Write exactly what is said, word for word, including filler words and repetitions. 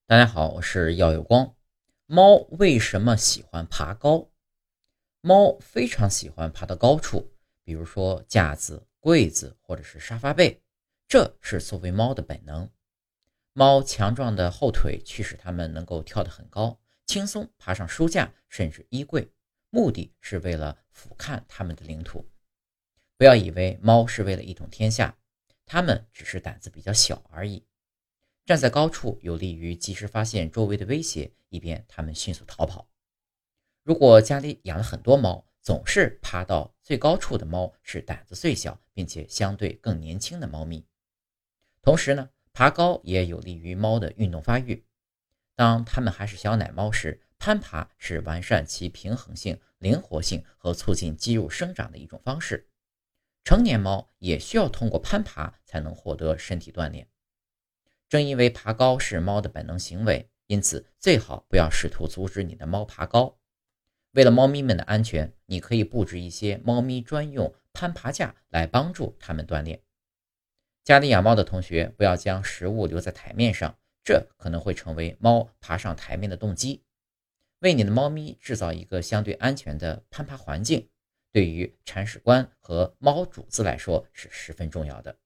大家好，我是耀有光。猫为什么喜欢爬高？猫非常喜欢爬到高处，比如说架子、柜子或者是沙发背，这是作为猫的本能。猫强壮的后腿驱使它们能够跳得很高，轻松爬上书架甚至衣柜，目的是为了俯瞰它们的领土。不要以为猫是为了一统天下，它们只是胆子比较小而已。站在高处有利于及时发现周围的威胁，以便它们迅速逃跑。如果家里养了很多猫，总是爬到最高处的猫是胆子最小并且相对更年轻的猫咪。同时呢，爬高也有利于猫的运动发育。当它们还是小奶猫时，攀爬是完善其平衡性、灵活性和促进肌肉生长的一种方式。成年猫也需要通过攀爬才能获得身体锻炼。正因为爬高是猫的本能行为，因此最好不要试图阻止你的猫爬高。为了猫咪们的安全，你可以布置一些猫咪专用攀爬架来帮助它们锻炼。家里养猫的同学不要将食物留在台面上，这可能会成为猫爬上台面的动机。为你的猫咪制造一个相对安全的攀爬环境，对于铲屎官和猫主子来说是十分重要的。